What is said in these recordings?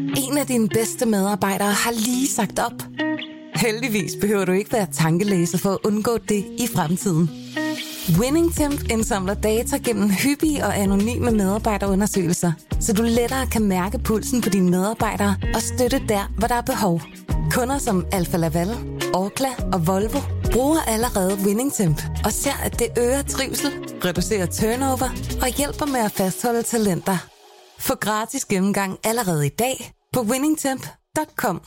En af dine bedste medarbejdere har lige sagt op. Heldigvis behøver du ikke være tankelæser for at undgå det i fremtiden. WinningTemp indsamler data gennem hyppige og anonyme medarbejderundersøgelser, så du lettere kan mærke pulsen på dine medarbejdere og støtte der, hvor der er behov. Kunder som Alfa Laval, Orkla og Volvo bruger allerede WinningTemp og ser, at det øger trivsel, reducerer turnover og hjælper med at fastholde talenter. Få gratis gennemgang allerede i dag på winningtemp.com.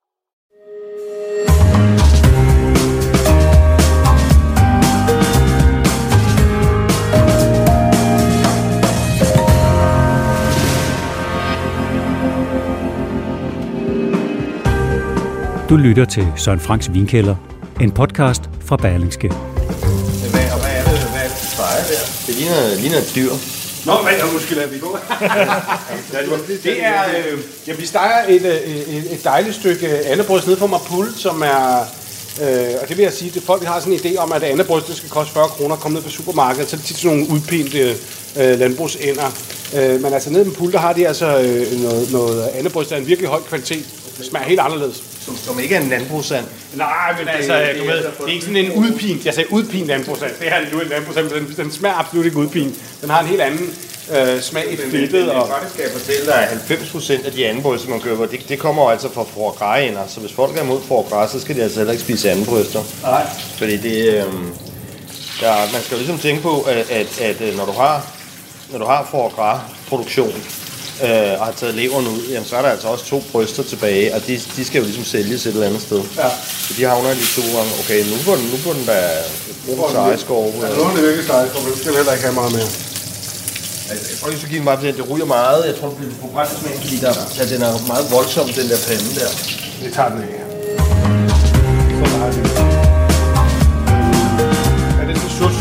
Du lytter til Søren Franks Vinkælder, en podcast fra Berlingske. Hvad er det fejre der? Det ligner et dyr. Nå, hvad måske lader vi gå. Det er, vi steger et dejligt stykke andebryst nede på Mapul, som er, og det vil jeg sige, at folk har sådan en idé om, at andebryst skal koste 40 kroner, komme ned på supermarkedet, så er det tit sådan nogle udpinte landbrugsænder. Men altså nede på Mapul, der har de altså noget andebryst af en virkelig høj kvalitet. Det smager helt anderledes. Som ikke er en landbrugsand. Nej, men altså, det er ikke sådan en udpint. Jeg sagde udpint landbrugsand. Det her er en landbrugsand, men den smager absolut ikke udpint. Den har en helt anden smag i fedtet. Og faktisk skal jeg fortælle dig, at 90% af de andebryster, man køber, det kommer jo altså fra foie gras-ender. Så hvis folk er imod foie gras, så skal de altså heller ikke spise andebryster. Nej. Fordi det, man skal jo ligesom tænke på, at når du har foie gras-produktion, og har taget leveren ud, jamen, så er der altså også 2 bryster tilbage, og de skal jo ligesom sælges et eller andet sted. Ja. Så de havner lige 2 gange. Okay, nu får den da brug sejeskov. Ja, nu er det virkelig sejeskov, men det skal heller ikke have meget mere. Jeg tror ikke, så give den bare til, at det ryger meget. Jeg tror, det bliver på brændsmænd, fordi den er meget voldsom, den der pande der. Vi tager den af. Så meget det. Er det så sus?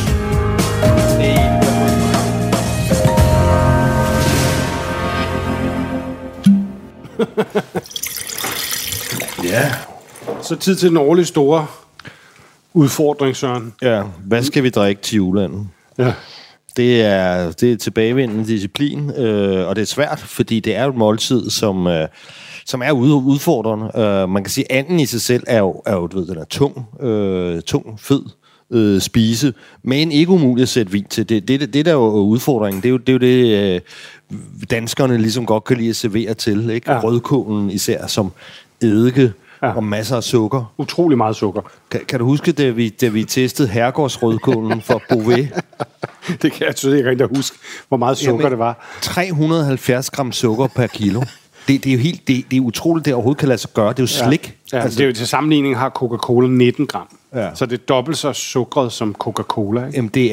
Ja. Så tid til den årlige store udfordring, Søren. Ja, hvad skal vi drikke til juleanden? Ja. Det er tilbagevendende disciplin, og det er svært, fordi det er jo et måltid, som er udfordrende. Man kan sige, at anden i sig selv er jo du ved, den er tung, fed spise, men ikke umuligt at sætte vin til. Det der er jo udfordringen, det er jo det, danskerne ligesom godt kan lide at servere til, ikke? Ja. Rødkålen især som eddike. Ja. Og masser af sukker. Utrolig meget sukker. Kan du huske, da vi testede herregårdsrødkålen for Beauvais? Det kan jeg ikke rigtig huske, hvor meget sukker det var. 370 gram sukker per kilo. Det er jo helt, det er utroligt, det overhovedet kan lade sig gøre. Det er jo slik. Ja, altså, det er jo, til sammenligning har Coca-Cola 19 gram. Ja. Så det er dobbelt så sukkeret som Coca-Cola, ikke? Jamen, det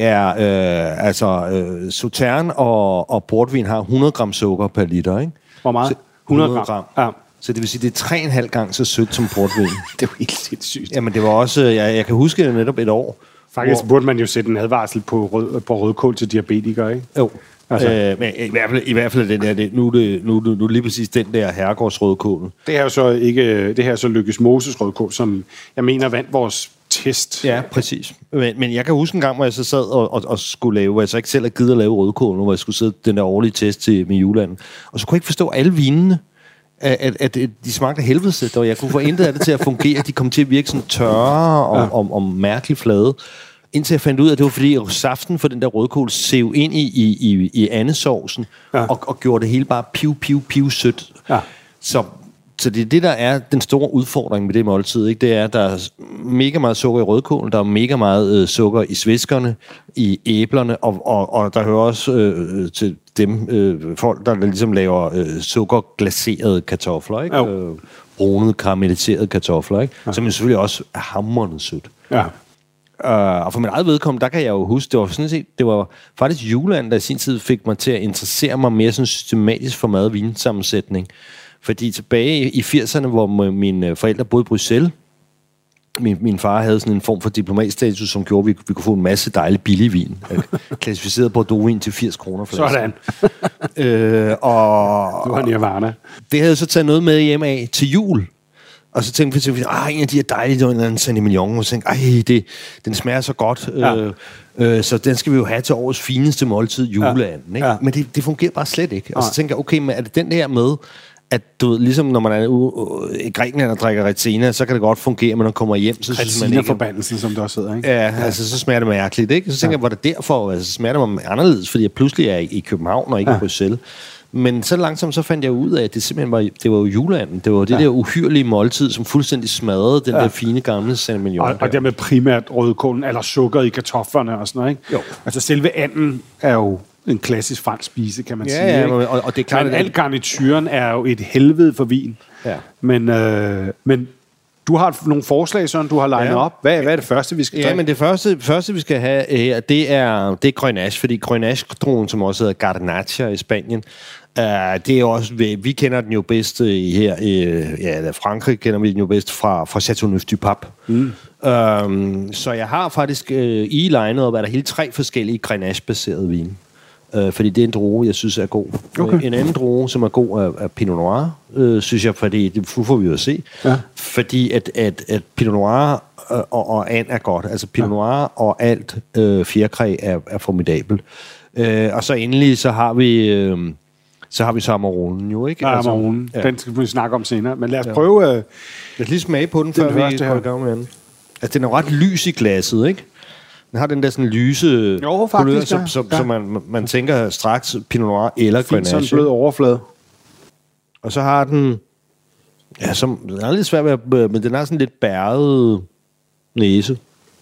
er, Sautern og portvin har 100 gram sukker per liter, ikke? Hvor meget? 100 gram. Ja. Så det vil sige, det er 3,5 gange så sødt som portvin. Det er jo helt sindssygt. Jamen, det var også, jeg kan huske det netop et år. Faktisk burde man jo sætte en advarsel på rødkål til diabetikere, ikke? Jo. Altså. Men i hvert fald den der, nu er lige præcis den der herregårdsrødkål. Det her er så Lykkes Moses rødkål, som jeg mener vandt vores test. Ja, præcis. Men jeg kan huske en gang, hvor jeg så sad og skulle lave, hvor jeg så ikke selv havde givet at lave rødkål, hvor jeg skulle sidde den der årlige test med juleanden. Og så kunne jeg ikke forstå alle vinene, at de smagte helvede, og jeg kunne få intet af det til at fungere. De kom til at virke sådan tørre og mærkeligt flade. Indtil jeg fandt ud af, at det var fordi saften for den der rødkål sev ind i andesovsen, og gjorde det hele bare piv sødt. Ja. Så det er det, der er den store udfordring med det måltid, ikke? Det er, at der er mega meget sukker i rødkålen, der er mega meget sukker i sviskerne, i æblerne, og der hører også til dem folk, der ligesom laver sukkerglaserede kartofler, ikke? Brunede, karamelliserede kartofler, ikke? Som selvfølgelig også er hamrende sødt. Ja. Og for min eget vedkommende, der kan jeg jo huske, det var faktisk juleanden, der i sin tid fik mig til at interessere mig mere sådan systematisk for mad- og vinsammensætning. Fordi tilbage i 80'erne, hvor mine forældre boede i Bruxelles, min far havde sådan en form for diplomatstatus, som gjorde, at vi kunne få en masse dejlig billig vin. Klassificeret Bordeaux-vin til 80 kroner. Sådan. Og du har nirvana. Det havde jeg så taget noget med hjem af til jul. Og så tænkte vi, en af de her dejlige, der var en eller anden Saint-Emilion, og så tænkte, den smager så godt, så den skal vi jo have til årets fineste måltid, juleanden. Ikke? Ja. Men det fungerer bare slet ikke. Og så tænker jeg, okay, men er det den her med, at du ved, ligesom når man er i Grækenland og drikker Retsina, så kan det godt fungere, men når man kommer hjem, så synes man ikke... Retsina-forbandelsen, som der også hedder, ikke? Ja, altså så smager det mærkeligt, ikke? Så tænker jeg, var det derfor? Altså smager det mig anderledes, fordi jeg pludselig er i København og ikke i Bruxelles. Men så langsomt så fandt jeg ud af, at det simpelthen var jo juleanden. Det var det der uhyrlige måltid, som fuldstændig smadrede den der fine gamle Saint Mignon. Og dermed primært rødkålen, eller sukkeret i kartoflerne og sådan noget, ikke? Jo. Altså selve anden er jo en klassisk fransk spise, kan man sige. Ja, og det er klart, men al garnituren er jo et helvede for vin. Ja. Men du har nogle forslag, sådan du har legnet op. Hvad er det første, vi skal drikke? Ja, men det første vi skal have her, det er Grenache, fordi Grenache-druen, som også hedder Garnacha i Spanien, det er også, vi kender den jo bedst her i Frankrig kender vi den jo bedst fra Châteauneuf-du-Pape. Så jeg har faktisk i legnet op, er der hele 3 forskellige Grenache-baserede vine. Fordi det er en droge, jeg synes er god. Okay. En anden droge, som er god, er Pinot Noir, synes jeg, fordi det får vi jo at se. Ja. Fordi at Pinot Noir og and er godt. Altså Pinot Noir og alt fjerkræ er formidabelt. Og så endelig, så har vi så Amaronen jo, ikke? Ja, Amaronen. Ja. Den skal vi snakke om senere. Men lad os prøve... Lad os lige smage på den, før vi går i gang med den. Altså, den er ret lys i glasset, ikke? Den har den der sådan lyse kulør, som man tænker straks Pinot Noir eller Grenache. Sådan en blød overflade. Og så har den... Ja, den er lidt svært ved, men den har sådan lidt bæret næse.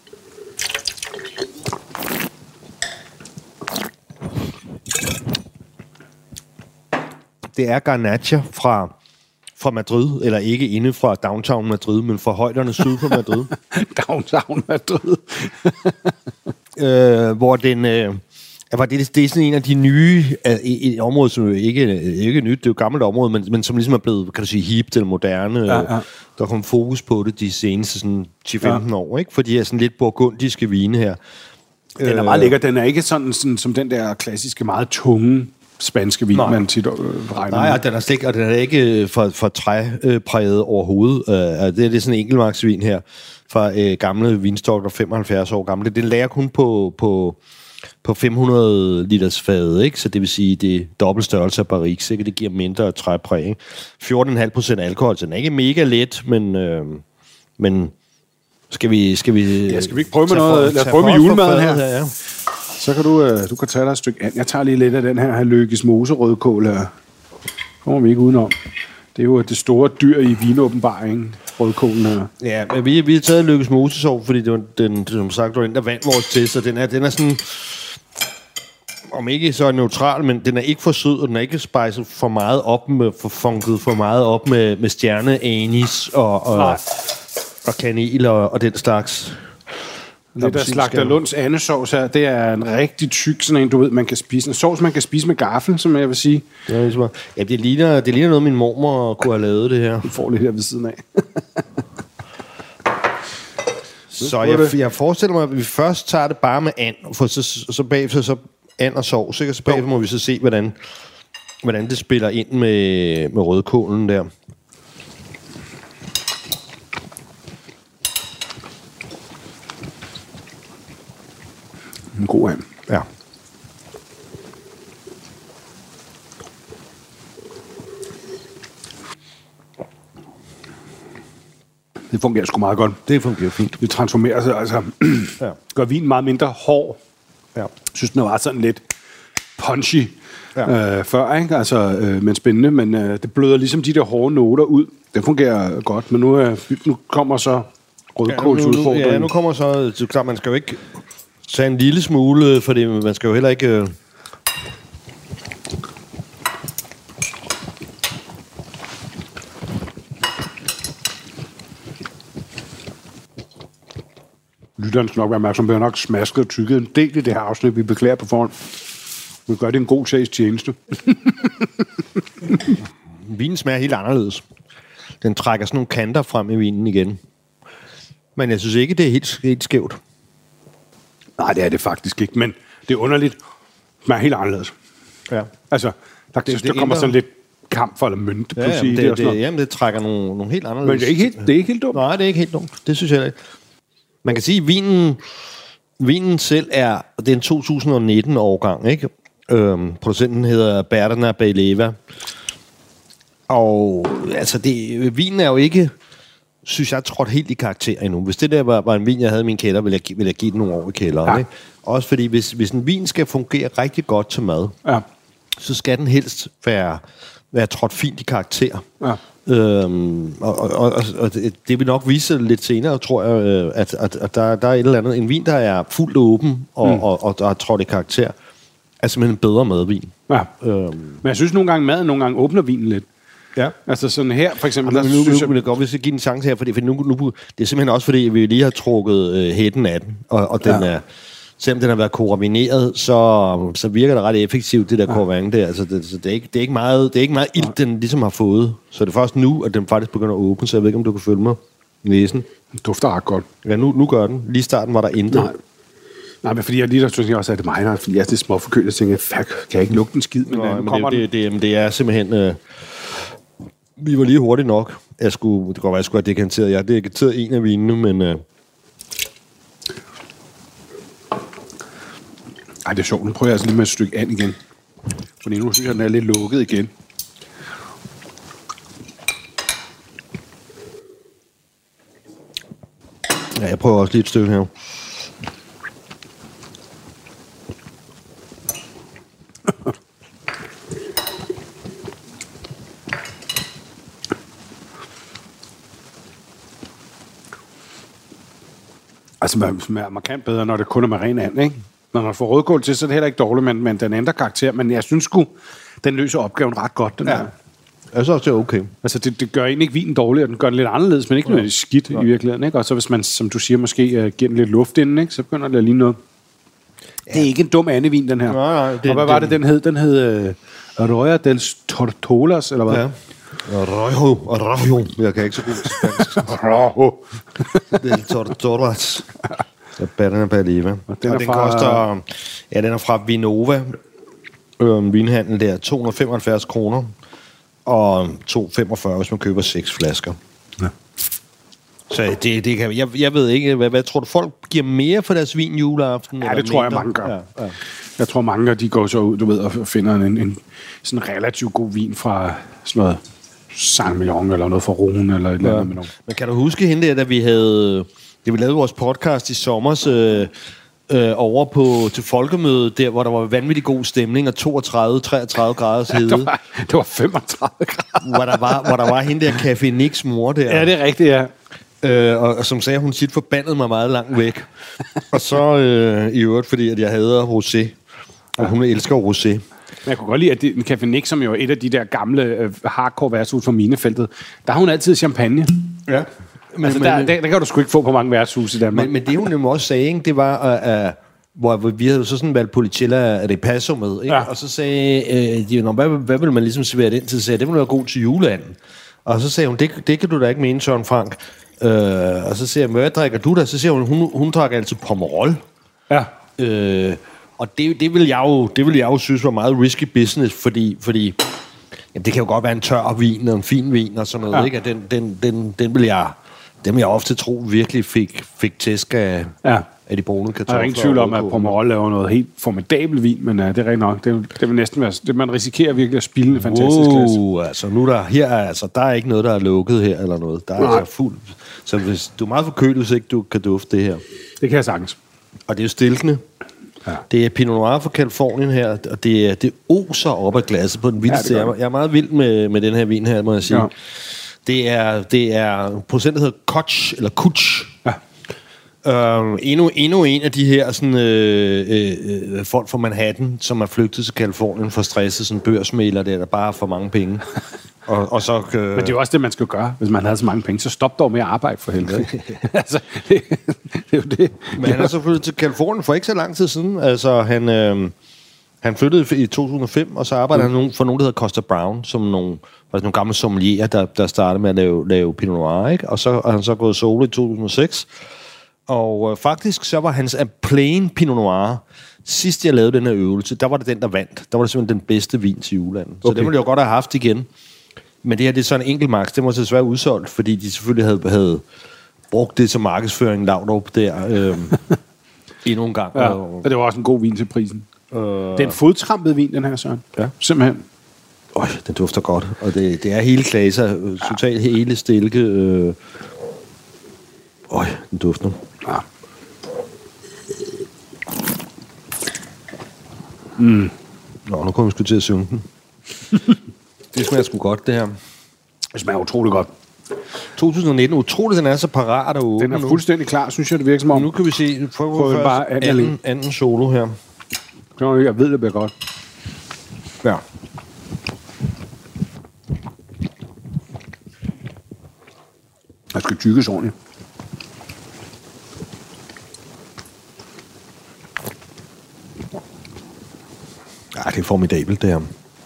Det er Garnacha fra Madrid, eller ikke inde fra downtown Madrid, men fra højderne syd på Madrid. Downtown Madrid. Hvor den... det er sådan en af de nye... et område, som jo ikke nyt, det er jo et gammelt område, men som ligesom er blevet, kan du sige, hip til moderne. Ja. Der kom fokus på det de seneste sådan 10-15 år, ikke? For de her sådan lidt burgundiske vine her. Den er meget lækker. Den er ikke sådan som den der klassiske, meget tunge spanske vin, man tit regner med. Nej, den er ikke for træpræget overhovedet. Det er sådan en enkeltmarksvin her, fra gamle vinstokker, 75 år gamle. Den lager kun på 500 liters fade, ikke? Så det vil sige, det er dobbelt størrelse af barrique, ikke? Det giver mindre træpræg, ikke? 14,5% alkohol, så den er ikke mega let, men skal vi ikke prøve med noget? Lad os prøve med julemaden her. Ja. Så kan du kan tage dig et stykke and. Jeg tager lige lidt af den her Lykkes Mose rødkål her. Kommer vi ikke udenom. Det er jo det store dyr i vinåbenbaringen, rødkålen her. Ja, men vi har taget Lykkes Mose sov, fordi det var den, som sagt, der vandt vores test, og den er sådan, om ikke så neutral, men den er ikke for sød, og den er ikke spicet for meget op funket for meget op med stjerneanis og kanel og den slags. Det der Slagter Lunds andesovs her, det er en rigtig tyk, sådan en, du ved, man kan spise. En sovs, man kan spise med gaffel, som jeg vil sige. Ja, det ligner noget, min mormor kunne have lavet det her. Du får lidt her ved siden af. Så jeg forestiller mig, at vi først tager det bare med and, for så bagefter så and og sovs, ikke? Og så bagefter må vi så se, hvordan det spiller ind med rødkålen der. En god and. Ja. Det fungerer sgu meget godt. Det fungerer fint. Det transformerer sig, altså gør vinen meget mindre hård. Ja. Jeg synes, den var sådan lidt punchy før, ikke? Altså, men spændende, men det bløder ligesom de der hårde noter ud. Det fungerer godt, men nu kommer så rødkålsudfordringen. Ja, nu kommer så, det er klart, man skal jo ikke tage en lille smule, fordi man skal jo heller ikke... Lytteren skal nok være opmærksom på, at jeg nok smasket og tykket en del i det her afsnit, vi beklager på forhånd. Vi gør det en god sags tjeneste. Vinen smager helt anderledes. Den trækker sådan nogle kanter frem i vinen igen. Men jeg synes ikke, det er helt skævt. Nej, det er det faktisk ikke, men det er underligt. Det smager helt anderledes. Ja. Altså, der kommer sådan lidt kamfer eller mønt. Ja, jamen, det trækker nogle helt anderledes. Men det er ikke helt dumt. Nej, det er ikke helt dumt. Det synes jeg ikke. Man kan sige, at vinen selv er en 2019-årgang, ikke? Producenten hedder Bertana Baileva. Og altså, vinen er jo ikke, synes jeg, trådt helt i karakter endnu. Hvis det der var en vin, jeg havde i min kælder, ville jeg give den nogle år i kælderen. Ja. Ikke? Også fordi, hvis en vin skal fungere rigtig godt til mad, så skal den helst være trådt fint i karakter. Ja. Og det vil nok vise lidt senere, tror jeg, at der er et eller andet. En vin, der er fuldt åben og der er trådt i karakter, er simpelthen en bedre madvin. Ja. Men jeg synes nogle gange åbner vinen lidt. Ja. Altså sådan her, for eksempel... Nu vil jeg godt, hvis jeg giver en chance her, fordi nu, det er simpelthen også, fordi vi lige har trukket hætten af den, og den er... Selvom den har været koramineret, så virker det ret effektivt, det der koravang der. Altså, det er ikke meget ild, den ligesom har fået. Så det er først nu, at den faktisk begynder at åbne, så jeg ved ikke, om du kan følge mig i næsen. Den dufter ret godt. Ja, nu gør den. Lige i starten var der intet. Nej, men fordi jeg lige der synes også, at det er mig, fordi jeg er små forkølet, og tænker, fuck, kan jeg ikke lugte en skid? Men det er simpelthen... vi var lige hurtigt nok. Det kunne godt være, jeg skulle have dekanteret. Jeg har dekanteret en af vinene, men... Ej, det er sjovt. Nu prøver jeg altså lige med et stykke and igen. Fordi nu synes jeg, den er lidt lukket igen. Ja, jeg prøver også lige et stykke her. Altså, man smager markant bedre, når det kun er med ren and, ikke? Når man får rødkål til, så er det heller ikke dårligt, men den ændrer karakter. Men jeg synes sgu, den løser opgaven ret godt, den der. Jeg synes også, det er okay. Altså, det gør egentlig ikke vinen dårlig, og den gør den lidt anderledes, men ikke nødvendigvis skidt i virkeligheden, ikke? Og så hvis man, som du siger, måske giver den lidt luft inden, ikke? Så begynder det at ligne noget. Ja. Det er ikke en dum andevin, den her. Nej. Og hvad var det, den hed? Den hed Arroyo dels Tortolas, eller hvad? Ja. Arroyo. Jeg kan ikke så godt spansk. Arroyo del Tortolas. Banana Baliva. Og den koster... Ja, den er fra Vinova. Vinhandel der. 275 kroner. Og 2,45, hvis man køber 6 flasker. Ja. Så det kan... Jeg ved ikke, hvad tror du, folk giver mere for deres vin juleaften? Ja, det tror jeg, mange gør. Ja. Jeg tror, mange de går så ud, du ved, og finder en sådan relativt god vin fra sådan noget Saint-Emilion, eller noget fra Rhone, eller et eller andet med nogen. Men kan du huske hende der, da vi lavede vores podcast i sommers over til folkemødet, der hvor der var vanvittig god stemning, og 32-33 grader hede. Det var 35 grader. hvor der var hende der Café Nicks mor der. Ja, det er rigtigt, ja. Og som sagde, hun tit forbandede mig meget langt væk. Og så i øvrigt, fordi at jeg hader rosé. Og hun elsker rosé. Men jeg kunne godt lide, at en Café Nick, som jo er et af de der gamle hardcore værtshus fra Minefeltet, der har hun altid champagne. Ja. Men der kan du sgu ikke få på mange værtshus i Danmark. Men det hun jo også sagde, ikke, det var, hvor vi havde så sådan Valpolicella Ripasso med, ikke? Ja. Og så sagde de, hvad vil man ligesom servere den til? Så sagde det vil være god til juleanden. Og så sagde hun, det kan du da ikke mene, Søren Frank. Og så siger jeg, hvad drikker du da? Så siger hun drikker altid Pomerol. Ja. Og det vil jeg jo synes var meget risky business, fordi jamen, det kan jo godt være en tør vin og en fin vin og sådan noget, ikke? At den vil jeg ofte tro virkelig fik tæsk af de brune kartofler. Der er ingen tvivl om, at Pomerol laver noget helt formidabel vin, men det er rent nok. Det vil næsten være... Det, man risikerer virkelig at spilde en fantastisk klasse. Altså nu der er ikke noget, der er lukket her eller noget. Der er altså fuld... Så hvis du er meget forkølet, så ikke du kan dufte det her. Det kan jeg sagtens. Og det er jo stilkende. Ja. Det er Pinot Noir fra Californien her, og det oser op af glasset på den vildeste. Jeg er meget vild med den her vin her, må jeg sige. Ja. Det er procent, der hedder Kutch, eller Kutch. Ja. Endnu en af de her sådan, folk fra Manhattan, som er flygtet til Californien for stresset, sådan børsmæler der bare har for mange penge. og så, Men det er jo også det, man skal gøre, hvis man havde så mange penge. Så stop dog med at arbejde for helvede. Altså, det er jo det. Men han er så flyttet til Californien for ikke så lang tid siden. Altså, han flyttede i 2005, og så arbejder han for nogen, der hedder Costa Brown, som nogle gamle sommelierer, der startede med at lave Pinot Noir, ikke? Og så er han så gået solo i 2006. Og faktisk så var hans plain Pinot Noir, sidst jeg lavede den her øvelse, der var det den, der vandt. Der var det simpelthen den bedste vin til juleanden. Så det ville jeg jo godt have haft igen. Men det her, det er sådan en enkeltmarks. Det må desværre udsolgt, fordi de selvfølgelig havde brugt det som markedsføring Laudrup der endnu en gang. Ja, og det var også en god vin til prisen. Det er en fodtrampet vin, den her, Søren. Ja. Simpelthen. Den dufter godt. Og det er hele klaser. Totalt hele stilke. Den dufter. Ja. Nu kommer vi sgu til at synge den. Det smager sgu godt, det her. Det smager utrolig godt. 2019, utroligt, den er så parat og åben. Den er fuldstændig klar, synes jeg, det virker som om. Nu kan vi se, Prøv bare anden solo her. Jeg ved, det bliver godt. Ja. Jeg skal tykkes ordentligt. Ja, det er formidabelt, det her.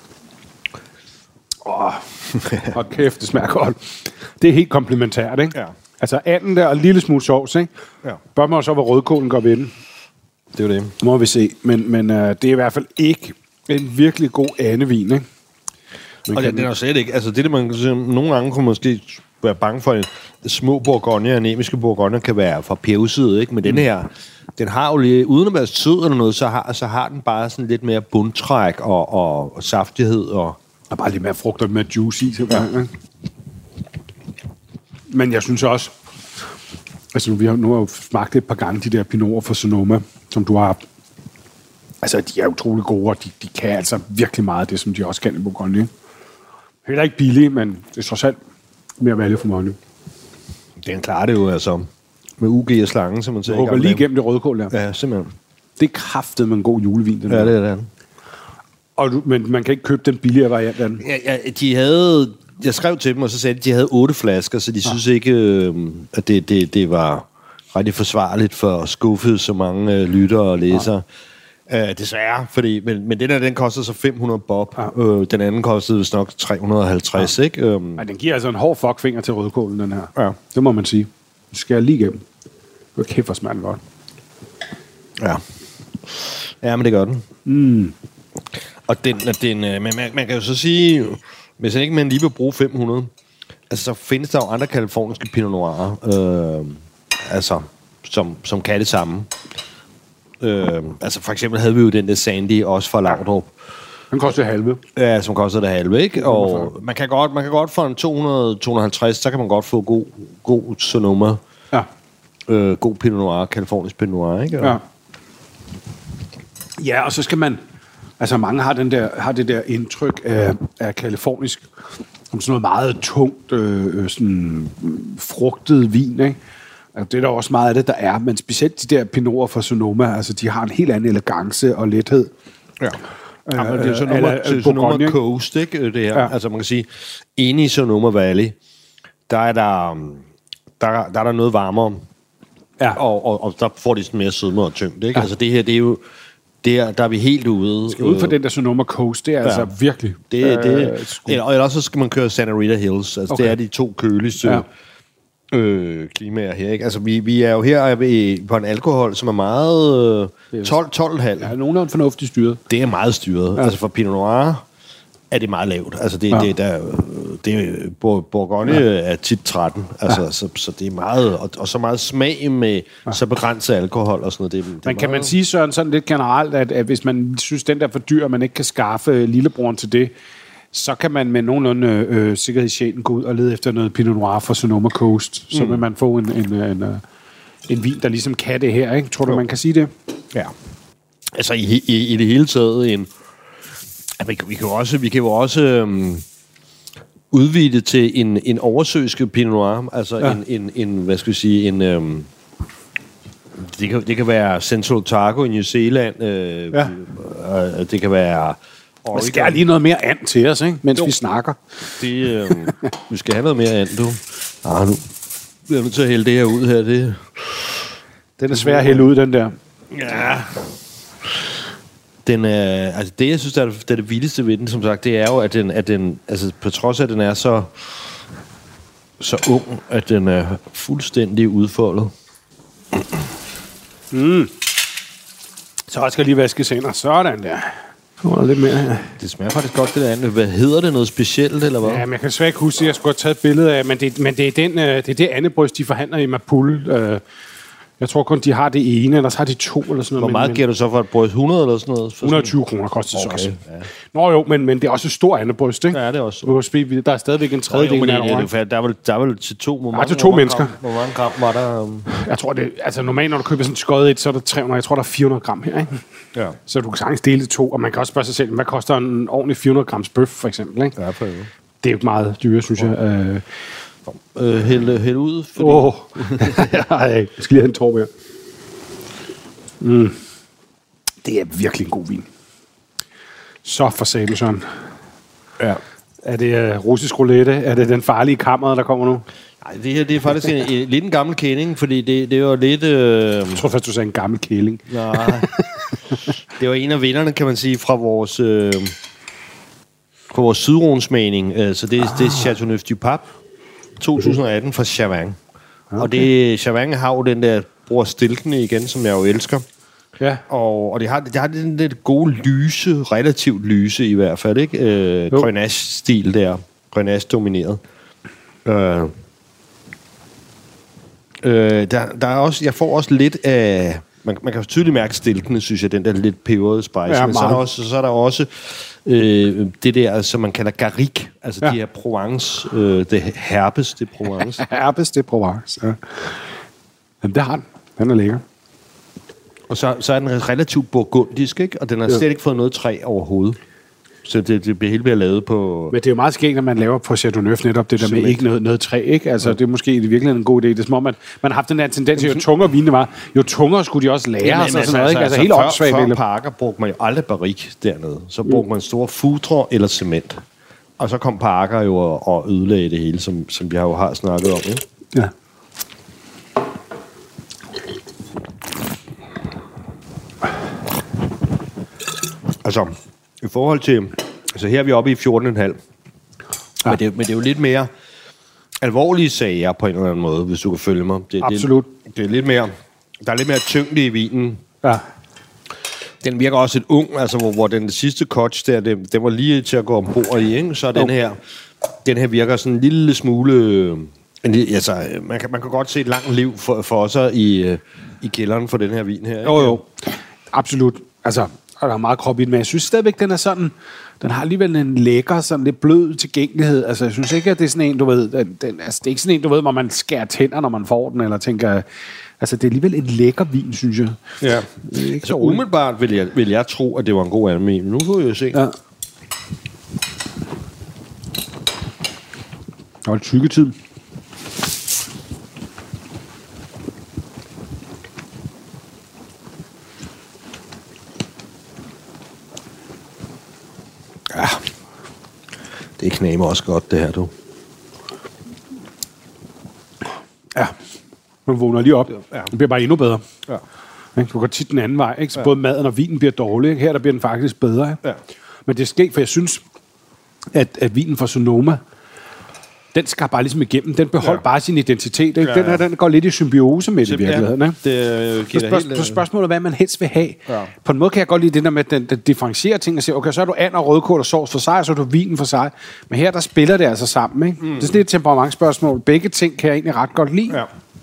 Og kæft, det smager godt. Det er helt komplementært, ikke? Ja. Altså anden der og en lille smule sovs, ikke? Ja. Bør man så, hvor rødkålen går ved den. Det er jo det. Må vi se. Men det er i hvert fald ikke en virkelig god andevin, ikke? Og den er jo slet ikke... Altså, det man kan sige, nogle gange kunne måske være bange for, at små bourgogne, anemiske bourgogne, kan være fra pævside, ikke? Men den her, den har jo lige... Uden at være sød eller noget, så har den bare sådan lidt mere bundtræk og saftighed og... Og bare lidt mere frugt og mere juice i. Ikke? Men jeg synes også... Altså, vi har nu smagt et par gange de der Pinoter fra Sonoma, som du har... Altså, de er utrolig gode, og de kan altså virkelig meget af det, som de også kan i Bourgogne. Ikke? Heller ikke billige, men det er trods alt mere value for money. Den klarer det jo, altså. Med UG og slangen, som man siger. Jeg håber lige igennem det rødkål der. Ja, simpelthen. Det er kraftet med en god julevin, den Ja, der. det er det. Men man kan ikke købe den billigere variant af den. Ja, de havde... Jeg skrev til dem, og så sagde de havde 8 flasker, så de synes ikke, at det var rigtig forsvarligt for at skuffe så mange lyttere og læsere. Desværre, fordi... Men den her, den koster så 500 bob. Ja. Den anden kostede vist nok 350, ikke? Ja, den giver altså en hård fuckfinger til rødkålen, den her. Ja. Det må man sige. Det skal jeg lige igennem. Det var kæft, hvor smager den godt. Ja, men det gør den. Og men man kan jo så sige, hvis ikke man lige vil bruge 500, altså så findes der jo andre kaliforniske Pinot Noir, altså som kan det samme. Altså for eksempel havde vi jo den der Sandy også fra Laudrup. Den koster det halve. Ja, som koster det halve, ikke? Og man kan godt for en 200-250, så kan man godt få god Sonoma. Ja. God Pinot Noir, kalifornisk Pinot Noir, ikke? Ja. Ja, og så skal man... Altså, mange har det der indtryk af kalifornisk, som sådan noget meget tungt, sådan frugtet vin, ikke? Altså, det er der også meget af det, der er. Men specielt de der Pinoter fra Sonoma, altså, de har en helt anden elegance og lethed. Ja. Jamen, det er Sonoma Coast, ikke? Det her. Ja. Altså, man kan sige, inde i Sonoma Valley, der er der noget varmere. Ja. Og der får de sådan mere sødme og tyngde, ikke? Ja. Altså, det her, det er jo... Der er vi helt ude. Skal ud for den der Sonoma Coast, det er altså virkelig... Og ellers så skal man køre Santa Rita Hills. Altså, det er de 2 køligste klimaer her, ikke? Altså, vi er jo her på en alkohol, som er meget 12,5. Ja, nogenlunde fornuftigt styret. Det er meget styret. Ja. Altså, for Pinot Noir er det meget lavt. Altså, Bourgogne er tit 13. Altså, så det er meget... Og så meget smag med så begrænset alkohol og sådan noget. Det men kan meget... man sige, Søren, sådan lidt generelt, at hvis man synes, den der for dyr, og man ikke kan skaffe lillebroren til det, så kan man med nogenlunde sikkerhed i sjælen gå ud og lede efter noget Pinot Noir fra Sonoma Coast. Så vil man få en vin, der ligesom kan det her, ikke? Tror du, man kan sige det? Ja. Altså, i det hele taget vi kan jo også udvide det til en oversøiske Pinot Noir, altså en hvad skal vi sige, det kan være Central Otago i New Zealand, det kan være Man skal lige noget mere and til os, ikke? Mens vi snakker. Vi skal have noget mere and, du. Nu bliver jeg nødt til at hælde det her ud her. Den er svær at hælde ud, den der. Ja. Den er, altså det, jeg synes, der er det vildeste ved den, som sagt, det er jo, at den altså på trods af, at den er så ung, at den er fuldstændig udfoldet. Så skal lige vaske hænder. Sådan der. Lidt mere her. Det smager faktisk godt, det der andet. Hvad hedder det? Noget specielt, eller hvad? Ja, men jeg kan desværre ikke huske, at jeg skulle have taget et billede af, men det er det andet bryst, de forhandler i Mapul. Jeg tror kun, de har det ene, eller så har de 2 eller sådan noget. Hvor meget giver du så for et bryst? 100 eller sådan noget? 120 kroner koster det så også. Ja. Nå jo, men det er også et stort andebryst, ikke? Ja, det er også. Der er stadigvæk en tredjedel af det. Der er vel til 2. Til 2 mennesker. Hvor mange gram var der? Jeg tror, normalt, når du køber sådan et skåret et, så er der 300. Jeg tror, der er 400 gram her, ikke? Ja. Så du kan sagtens dele det 2, og man kan også spørge sig selv, hvad koster en ordentlig 400 grams bøf, for eksempel, ikke? Ja, for det er jo meget dyre, synes jeg. Hæld ud. Fordi... jeg skal lige have en tår mere. Det er virkelig en god vin. Så for satan, Søren. Ja. Er det russisk roulette? Er det den farlige kammer, der kommer nu? Nej, det her det er faktisk lidt en gammel kending, fordi det er jo lidt... Jeg tror først, du sagde en gammel kæling. Nej. Det var en af vinderne, kan man sige, fra vores sydronsmagning. Så det er Chateauneuf du Pape 2018 fra Chavannes. Okay. Og Chavannes har jo den der bruger stilkene igen, som jeg jo elsker. Ja. Og det har den lidt gode lyse, relativt lyse i hvert fald, ikke? Grenache-stil der. Grenache-domineret. Der er også, jeg får også lidt af... Man kan tydeligt mærke stilkene, synes jeg, den der lidt peberede spice. Ja, men så er der også det der, som man kalder garrigue. Altså de her Provence, det herbes de Provence. Herbes de Provence, ja. Jamen, det har den. Den er lækker. Og så er den relativt burgundisk, ikke? Og den har slet ikke fået noget træ overhovedet. Så det bliver helt ved at lavet på... Men det er jo meget skægt, når man laver på Chateauneuf netop det der med ikke noget træ, ikke? Altså, det er måske i virkeligheden en god idé. Det er som om, man har haft den der tendens, jo tungere vinene var, jo tungere skulle de også lære og sådan noget, ikke? Altså helt åndssvagt. Før Parker brugte man jo aldrig barrik dernede. Så brugte man store futre eller cement. Og så kom Parker jo og ødelagde det hele, som vi jo har snakket om, ikke? Ja. Altså, i forhold til... Altså, her er vi oppe i 14,5. Ja. Men det er jo lidt mere alvorlige sager på en eller anden måde, hvis du kan følge mig. Absolut. Det er lidt mere... Der er lidt mere tyngde i vinen. Ja. Den virker også lidt ung, altså hvor den sidste kotch der, den var lige til at gå ombord i, ikke? Så den her virker sådan en lille smule... Altså, man kan godt se et langt liv for sig i kælderen for den her vin her, ikke? Jo. Absolut. Altså... Og der er meget krop i den, men jeg synes stadigvæk, den er sådan... Den har alligevel en lækker, sådan lidt blød tilgængelighed. Altså, jeg synes ikke, at det er sådan en, du ved... Altså, det er ikke sådan en, du ved, hvor man skærer tænder, når man får den, eller tænker... Altså, det er alligevel et lækker vin, synes jeg. Ja. Altså, umiddelbart vil jeg tro, at det var en god anmeldelse. Nu kan vi jo se. Ja. Der var tykketid. Ja, det knamer også godt, det her, du. Ja, man vågner lige op. Ja. Det bliver bare endnu bedre. Ja. Du går tit den anden vej, ikke? Så både maden og vinen bliver dårlig. Ikke? Her der bliver den faktisk bedre. Ikke? Ja. Men det er skægt, for jeg synes, at vinen fra Sonoma, den skal bare ligesom igennem. Den beholder bare sin identitet. Ikke? Ja. Den går lidt i symbiose med det i virkeligheden. Det spørgsmålet, hvad man helst vil have. Ja. På en måde kan jeg godt lide det der med, at den differentierer ting og siger, okay, så er du and og rødkål og sovs for sig, og så er du vinen for sig. Men her, der spiller det altså sammen. Ikke? Det er sådan et temperamentsspørgsmål. Begge ting kan jeg egentlig ret godt lide. Ja.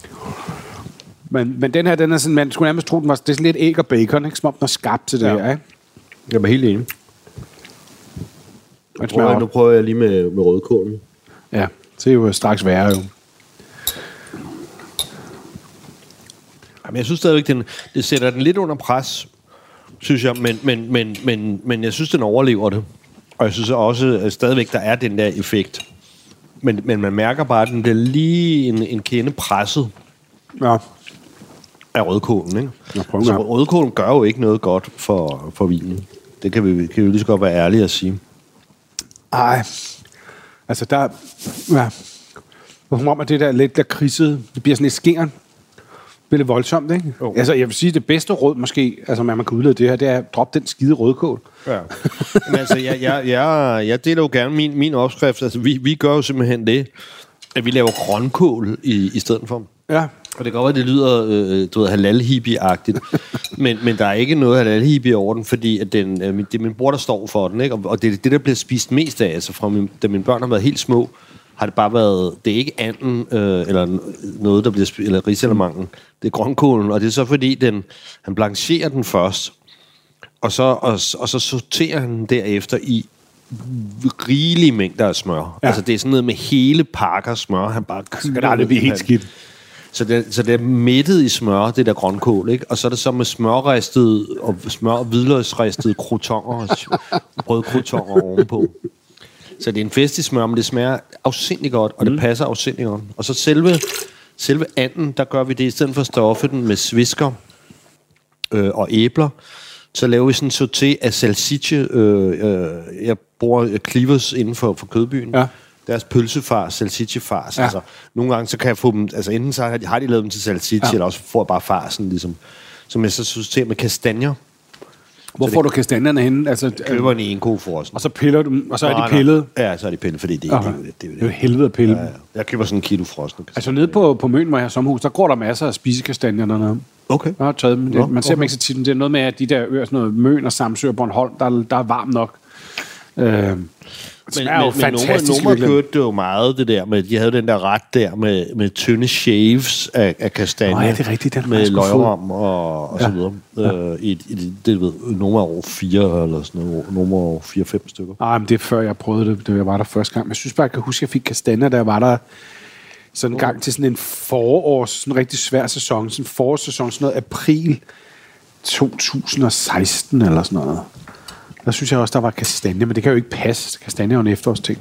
Men den her, den er sådan, man skulle nærmest tro, den var, det er sådan lidt æg og bacon, ikke? Som om den er skabt til det her. Ikke? Jeg var helt enig. Nu prøver jeg lige med rødkålen. Ja, det er jo straks værre jo. Jamen, jeg synes stadigvæk, det sætter den lidt under pres, synes jeg, men jeg synes, den overlever det. Og jeg synes også, at stadigvæk, der er den der effekt. Men man mærker bare, at den bliver lige en kende presset af rødkålen, ikke? Så rødkålen gør jo ikke noget godt for vinen. Det kan vi lige så godt være ærlige at sige. Ej, altså der... Ja. Hvorfor man det der lidt der kridsede, det bliver sådan lidt skingeren. Det bliver lidt voldsomt, ikke? Oh. Altså, jeg vil sige, det bedste råd måske, altså, man kan udlede det her, det er at droppe den skide rødkål. Ja. Men altså, jeg deler jo gerne min opskrift. Altså, vi gør jo simpelthen det, at vi laver grønkål i stedet for. Ja. Og det kan godt være, det lyder halal-hippie-agtigt, men der er ikke noget halal-hippie over den, fordi at det er min bror, der står for den, ikke? Og det er det, der bliver spist mest af, altså da mine børn har været helt små, har det bare været, det er ikke anden, eller noget, der bliver eller risalamangen, det er grønkålen, og det er så fordi, han blancherer den først, og så sorterer han derefter i rigelige mængder af smør. Ja. Altså det er sådan noget med hele pakker smør, han bare køber. Det aldrig blive helt skidt. Så det er mættet i smør, det der grønkål, ikke? Og så er det så med smør og hvidløgsristede croutons og brødcroutoner ovenpå. Så det er en fest i smør, men det smager afsindig godt, og det passer afsindig godt. Og så selve anden, der gør vi det, i stedet for at stoffe den med svisker og æbler, så laver vi sådan en sauté af salsicce. Jeg bruger Clivers inden for kødbyen. Ja. Deres pølsefars, salsicce-fars. Ja. Altså, nogle gange så kan jeg få dem, altså enten så har de lavet dem til salsicce, eller også får jeg bare farsen, ligesom. Som jeg så sautéer med kastanjer. Hvor får du kastanjerne henne? Altså, køber en enkofrossen. Og så piller du dem, og så er de pillet? Ja, så er de pillet, fordi det er jo helvede at pille. Ja. Jeg køber sådan en kilo frosne. Altså nede på Møn, hvor jeg har sommerhus, der går der masser af spisekastanjer dernede. Okay. Jeg har taget dem. Man ser dem ikke så tit. Det er noget med, at de der øer, sådan noget Møn og Samsø og Bornholm, der er varmt nok. Men Noma kørte det jo meget, det der med, de havde den der ret der med tynde shaves af kastanjer. Nej, det er rigtigt. Den med løgram og så videre. Det ved Noma over 4 eller sådan noget. Noma over 4-5 stykker. Nej, men det er før jeg prøvede det, da jeg var der første gang. Men jeg synes bare, jeg kan huske, at jeg fik kastanjer, da jeg var der sådan en gang til sådan en forårs, sådan en rigtig svær sæson. Sådan en forårssæson, sådan noget april 2016 eller sådan noget. Der synes jeg også, der var kastanje, men det kan jo ikke passe. Kastanje er jo en efterårsting.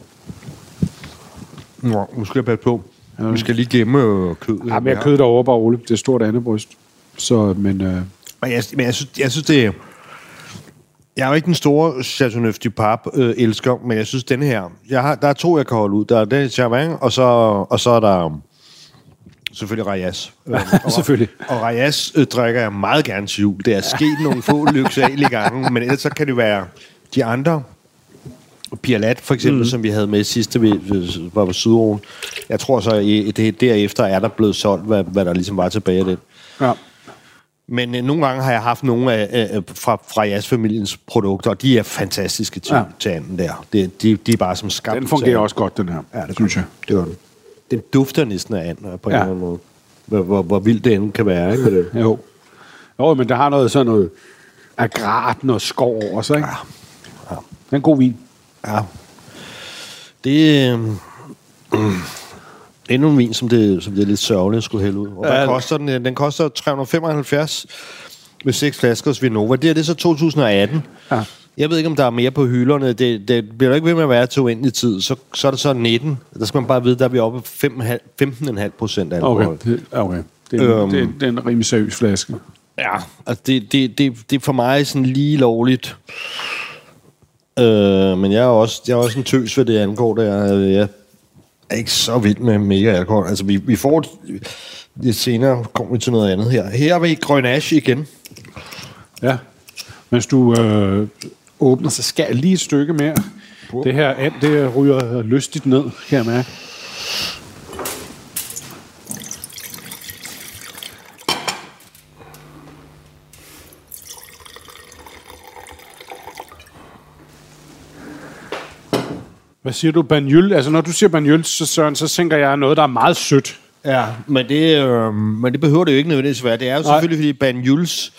Nå, nu skal jeg passe på. Ja. Vi skal lige gemme kød. Ja, men jeg kød derovre bare, Ole. Det er stort andebryst. Så, men jeg synes, det er... Jeg er jo ikke den store Chateauneuf du Pape elsker, men jeg synes, denne her... Der er 2, jeg kan holde ud. Der er den Chauvin, og så er der... Selvfølgelig Rayas. Selvfølgelig. Og Rayas drikker jeg meget gerne til jul. Det er sket nogle få lyksalige gange, men ellers så kan det være de andre. Pialat for eksempel, som vi havde med sidste, vi var på Sydåen. Jeg tror så, det derefter er der blevet solgt, hvad der ligesom var tilbage af det. Ja. Men nogle gange har jeg haft nogle af fra Rayas-familiens produkter, og de er fantastiske til anden der. De er bare som skabt. Den fungerer også godt, den her. Ja, det synes jeg. Det var den. Den dufter næsten af and, på en eller anden måde. Hvor vildt det end kan være, ikke? Med det. Jo, men der har sådan noget agrat, noget skov over sig, ikke? Ja. Det er en god vin. Ja. Det er endnu en vin, som det er lidt sørgeligt at skulle hælde ud. Og hvad koster den? Den koster 375 med 6 flasker Svinova. Det er så 2018. Ja. Jeg ved ikke, om der er mere på hylderne. Det bliver ikke ved med at være til uendelig tid. Så er det så 19. Der skal man bare vide, der er vi oppe 15,5% alkohol. Okay. Det er en rimelig seriøs flaske. Ja, altså det er for mig sådan lige lovligt. Men jeg er også en tøs, hvad det angår. Jeg er ikke så vild med mega alkohol. Altså, vi får det senere, kommer vi til noget andet her. Her er vi Grenache igen. Ja. Mens du åbner, så skal jeg lige et stykke mere. Det her and, det ryger lystigt ned, kan jeg mærke. Hvad siger du, Bagnols? Altså, når du siger Bagnols, så tænker jeg noget, der er meget sødt. Ja, men det behøver det jo ikke nødvendigvis være. Det er jo selvfølgelig, fordi Bagnols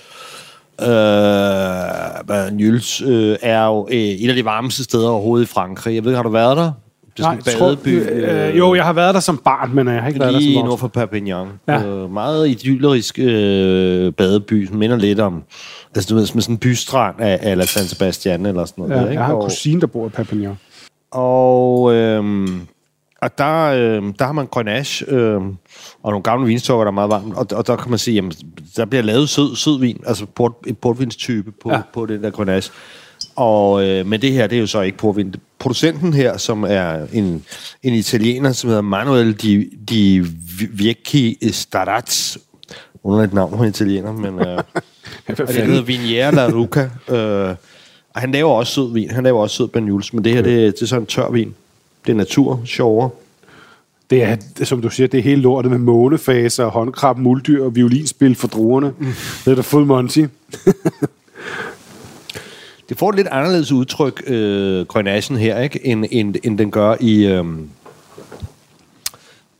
er jo et af de varmeste steder overhovedet i Frankrig. Jeg ved ikke, har du været der? Det er sådan en badeby. Jo, jeg har været der som barn, men jeg har ikke været der som lige nord for Perpignan. Ja. Meget idyllerisk badeby, som minder lidt om, altså du ved, med sådan en bystrand af La San Sebastian eller sådan noget. Ja, jeg har en kusine, der bor i Perpignan. Og der har man Grenache og nogle gamle vinstokker, der er meget varmt. Og der kan man sige, jamen, der bliver lavet sød vin, altså et portvinstype på den der Grenache. Men det her, det er jo så ikke portvin. Producenten her, som er en italiener, som hedder Manuel Di Vecchi Starazzi. Underligt navn på en italiener, men og det hedder Viniera La Ruca. Og han laver også sød vin. Han laver også sød Bagnols, men det her, det er sådan en tør vin. Det er natur, sjovere. Det er, som du siger, det er hele lortet med månefaser, håndkrab, muldyr og violinspil for druerne. Det er da full Monty. Det får et lidt anderledes udtryk, Grenachen her, ikke? End den gør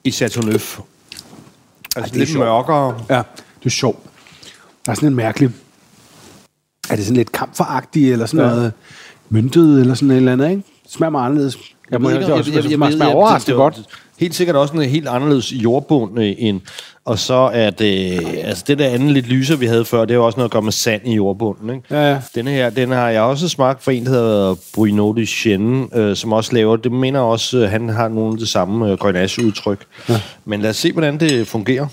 i Chateauneuf. Altså lidt sjovt. mørkere. Ja, det er sjovt. Der er sådan en mærkelig... Er det sådan lidt kampforagtigt, eller sådan noget myntet, eller sådan et eller andet, ikke? Det smager meget anderledes. Jeg smager overraskende godt. Helt sikkert også en helt anderledes jordbund end... Og så er det... Altså det der andet lidt lyser, vi havde før, det er jo også noget at gøre med sand i jordbunden, ikke? Ja. Denne her, den har jeg også smagt for en, der hedder Bruno de Chêne, som også laver... Det mener også, han har nogle af det samme Grenache-udtryk. Ja. Men lad os se, hvordan det fungerer.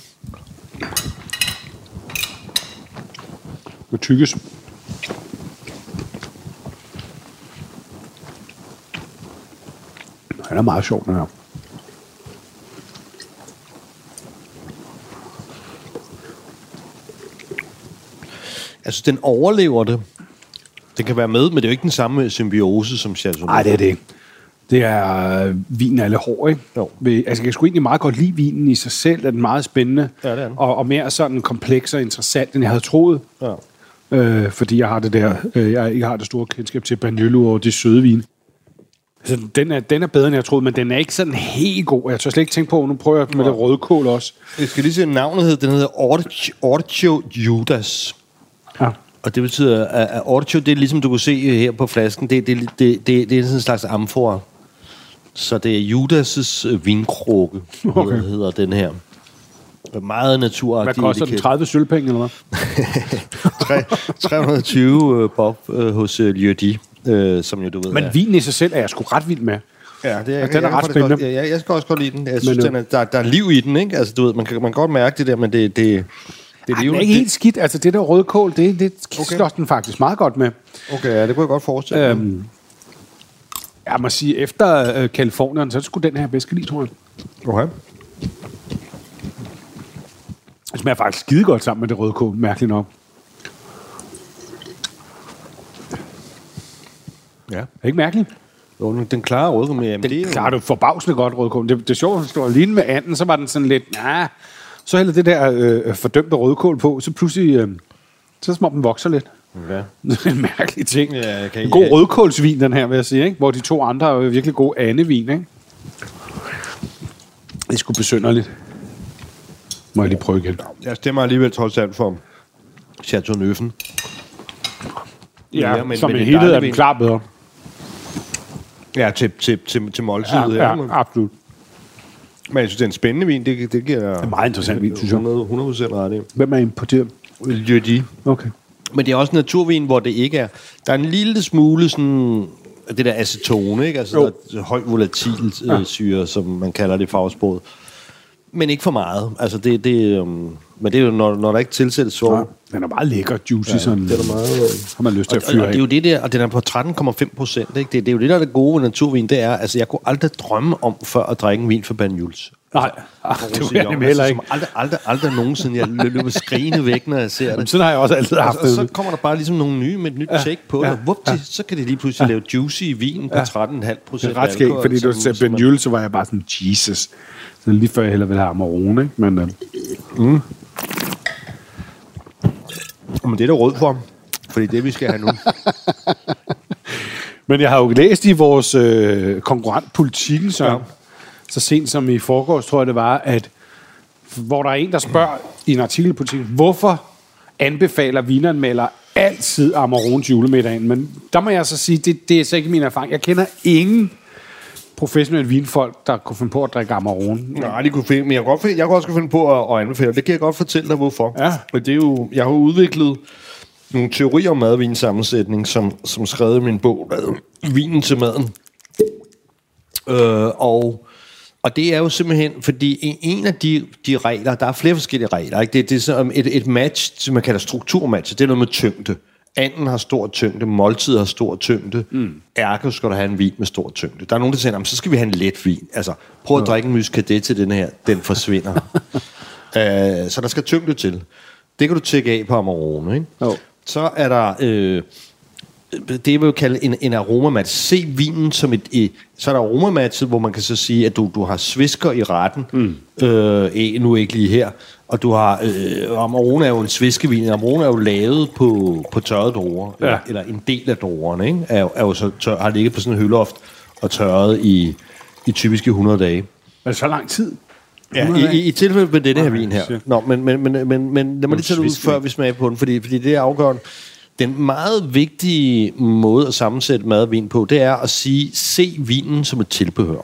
Det tykkes. Den er meget sjov, den her. Altså, den overlever det. Den kan være med, men det er jo ikke den samme symbiose som Chateauneuf. Nej, det er det ikke. Det er vinen er lidt hård, ikke? Jo. Altså, jeg kan sgu egentlig meget godt lide vinen i sig selv. Er den meget spændende. Ja, det er den. Og mere sådan kompleks og interessant, end jeg havde troet. Ja. Fordi jeg har det der... jeg ikke har det store kendskab til Bagnolo og de søde vine. Så den er bedre, end jeg troede, men den er ikke sådan helt god. Jeg tør slet ikke tænke på, nu prøver jeg med det rødkål også. Jeg skal lige se, navnet den hedder Ortio Judas. Ja. Og det betyder, at Ortio, det er ligesom du kunne se her på flasken, det er sådan en slags amfora. Så det er Judas' vinkrukke, hedder den her. Meget naturagtig. Hvad koster den? 30 sølvpenge, eller hvad? 320 bob hos Lieu-Di, som jo du ved. Men vinen i sig selv er jeg sgu ret vild med. Ja, det er, den er ret spændende. Godt, jeg skal også godt lide den. Jeg synes, der er liv i den, ikke? Altså, du ved, man kan godt mærke det der, men det er den er ikke helt skidt. Altså, det der rødkål, det slår den faktisk meget godt med. Okay, ja, det kunne jeg godt forestille mig. Jeg må sige, efter Californien, så skulle den her bedst lide, tror jeg. Okay. Det smager faktisk skide godt sammen med det rødkål, mærkeligt nok. Ja. Er det ikke mærkeligt? Jo, den klarer rødkål med. Den klarer du forbavsende godt rødkål. Det er sjovt, at stå alene med anden, så var den sådan lidt, så hælder det der fordømte rødkål på, så pludselig, så som om den vokser lidt. Ja. Det er en mærkelig ting. Ja, okay, en god rødkålsvin, den her, vil jeg sige, ikke? Hvor de to andre er virkelig gode andevin, ikke? Det er sgu besynderligt. Må jeg lige prøve igen. Jeg stemmer alligevel trods alt for Chateauneuf'en. Ja, men som en helhed er den klar bedre. Ja, til måltidet. Ja, absolut. Men jeg synes, det er en spændende vin. Det giver... Det er meget interessant vin, synes jeg. 100% ret i. Hvem er importeret? Lieu-Di. Okay. Men det er også en naturvin, hvor det ikke er... Der er en lille smule sådan... Det der acetone, ikke? Altså høj volatil syre, som man kalder det i fagsproget. Men ikke for meget. Altså, men det er jo, når der ikke tilsættes så... Ja, den er meget lækker, juicy, sådan. Det er meget... Har man lyst til at fyre og det er jo det der, og den er på 13,5%, ikke? Det er jo det, der er det gode ved naturvin, det er, altså, jeg kunne aldrig drømme om før at drikke en vin for Banyuls. Nej, det kunne jeg nemlig heller ikke. Aldrig nogensinde. Jeg løber skrigende væk, når jeg ser det. Jamen, sådan har jeg også altid haft det. Så kommer der bare ligesom nogle nye med et nyt take på det, og så kan det lige pludselig lave juicy vin på 13,5%. Det er ret skægt, fordi du sagde Banyuls, så var jeg bare sådan, Jesus. Så lige før jeg hellere ville have Amarone, ikke? Men men det er der råd for, fordi det vi skal have nu. Men jeg har jo læst i vores konkurrent Politikken, så sent som i forgårs, tror jeg det var, at hvor der er en, der spørger i en artikel i Politikken, hvorfor anbefaler vinanmeldere altid Amarones julemiddagen? Men der må jeg så sige, det er så ikke min erfaring. Jeg kender ingen professionelle vinfolk, der kunne finde på at drikke Amarone. Nej, de kunne finde, men jeg kunne også finde på at anbefale. Det kan jeg godt fortælle dig, hvorfor. Ja. Og det er jo, jeg har udviklet nogle teorier om madvinsammensætning, som skrevet i min bog, Vinen til maden. Og det er jo simpelthen, fordi en af de regler, der er flere forskellige regler, ikke? Det er sådan et match, som man kalder strukturmatch, det er noget med tyngde. Anden har stor tyngde, måltid har stor tyngde, ergo skal du have en vin med stor tyngde. Der er nogen, der siger, så skal vi have en let vin. Altså, prøv at drikke en muscadet til den her, den forsvinder. Så der skal tyngde til. Det kan du tjekke af på Amarone, ikke? Jo. Så er der det vil jo kalde en aromamatch. Se vinen som så er der aromamatchet, hvor man kan så sige, at du har svisker i retten, nu ikke lige her, og du har Amarone er jo en sviskevin. Amarone er jo lavet på tørrede druer, eller en del af druerne, ikke? Er jo så har ligget på sådan en hølloft og tørret i typisk 100 dage. Men så lang tid? Ja, i tilfælde med denne her vin her. Nå, men lad mig lige tage det ud, før vi smager på den, fordi det er afgørende. Den meget vigtige måde at sammensætte mad og vin på, det er at se vinen som et tilbehør.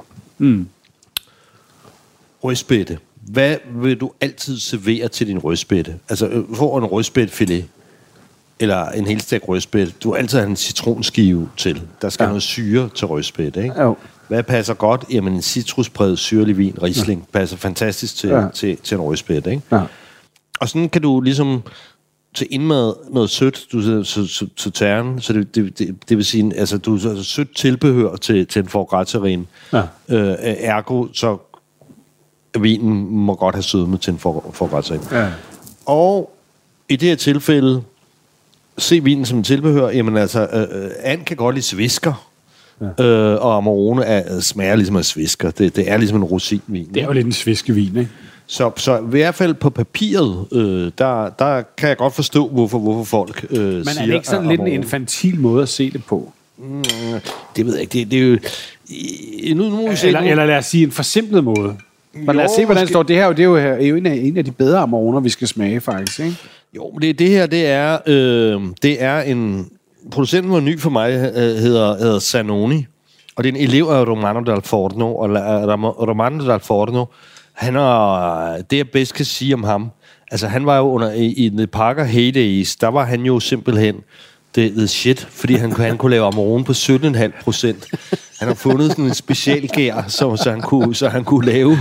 Rødspætte. Hvad vil du altid servere til din rødspætte? Altså, få en rødspættefilet, eller en helstegt rødspætte. Du vil altid have en citronskive til. Der skal noget syre til rødspætte, ikke? Jo. Hvad passer godt? Jamen, en citruspræget syrlig vin, Riesling, passer fantastisk til en rødspætte, ikke? Ja. Og sådan kan du ligesom til indmad noget sødt, du til tæren, så det vil sige, altså du er sødt tilbehør til en foie gras-terrine. Ja. Ergo, så vinen må godt have sødme til en foie gras-terrine. Ja. Og i det her tilfælde, se vinen som en tilbehør, jamen altså, and kan godt lide svisker. Ja. Og Amarone smager ligesom af svisker. Det er ligesom en rosinvin. Det er jo lidt en sviskevin, ikke? Så i hvert fald på papiret, der kan jeg godt forstå, hvorfor folk siger... Men er det ikke sådan lidt en infantil måde at se det på? Det ved jeg ikke. Det er jo... Nu må vi se eller lad os sige en forsimplet måde. Men lad os se, hvordan det står. Det her det er jo en af de bedre Amaroner, vi skal smage, faktisk, ikke? Jo, men det her, det er en... Producenten var ny for mig, hedder Zanoni, og det er en elev af Romano dal Forno, og Romano dal Forno, det jeg bedst kan sige om ham, altså han var jo i The Parker heydays, der var han jo simpelthen the shit, fordi han kunne lave Amarone på 17,5%. Han har fundet sådan en specialgær, så han kunne lave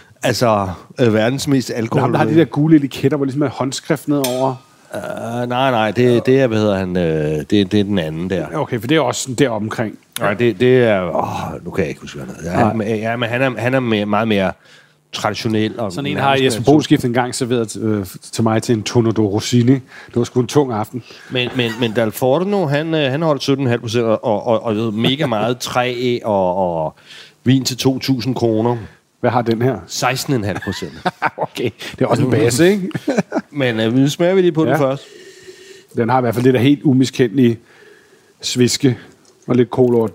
verdens mest alkohol. Der har de der gule etiketter, hvor ligesom er håndskrift nedover. Nej, det er, hvad hedder han, det er den anden der. Okay, for det er også der omkring. Nej, det er, nu kan jeg ikke huske, hvad han hedder. Ja, men han er meget mere traditionel. Og sådan en har Jesper Boskift engang serveret til mig til en Tono do Rossini. Det var sgu en tung aften. Men Dal Forno, han holdt 17,5% og mega meget træ og vin til 2.000 kroner. Hvad har den her? 16,5%. Okay, det er også en base, ikke? Men nu smager vi lige på den først. Den har i hvert fald det der helt umiskendelige sviske og lidt kolort.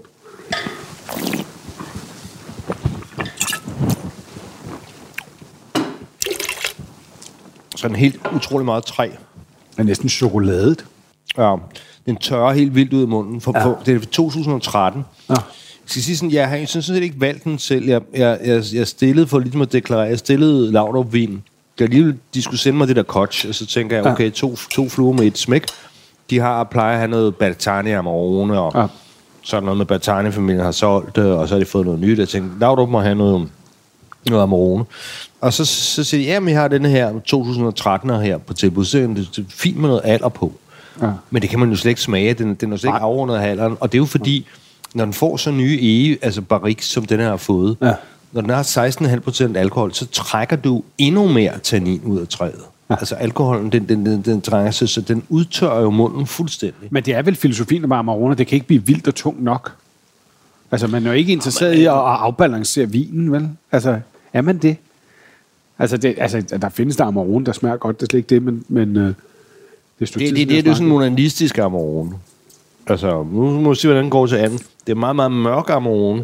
Så den helt utrolig meget træ. Den er næsten chokoladet. Ja, den tørrer helt vildt ud i munden. Det er 2013. Ja. Jeg skal sige sådan, jeg har sådan set ikke valgt den selv. Jeg stillede for ligesom at deklarere, jeg stillede Laudrup-vin. De skulle sende mig det der kotch, og så tænker jeg, okay, to fluer med et smæk. De plejer at have noget Bertani Amarone, og så er der noget med Bertani-familien har solgt, og så har de fået noget nyt. Jeg tænkte, Laudrup må have noget Amarone. Og så siger de, jamen, jeg har denne her 2013'er her på tilbud, så det er fint med noget alder på. Ja. Men det kan man jo slet ikke smage, den er jo slet ikke afrundet af alderen, og det er jo fordi... Når den får så nye barrique, som den her har fået, når den har 16,5% alkohol, så trækker du endnu mere tannin ud af træet. Ja. Altså alkoholen, den trænger sig, så den udtørrer jo munden fuldstændig. Men det er vel filosofien med Amarone, det kan ikke blive vildt og tungt nok. Altså man er jo ikke interesseret i at afbalancere vinen, vel? Altså er man det? Altså der findes der Amarone, der smager godt, det er slet ikke det, men det er jo sådan en monanistisk Amarone. Altså, nu må vi se, hvordan den går til anden. Det er meget, meget mørk Amarone.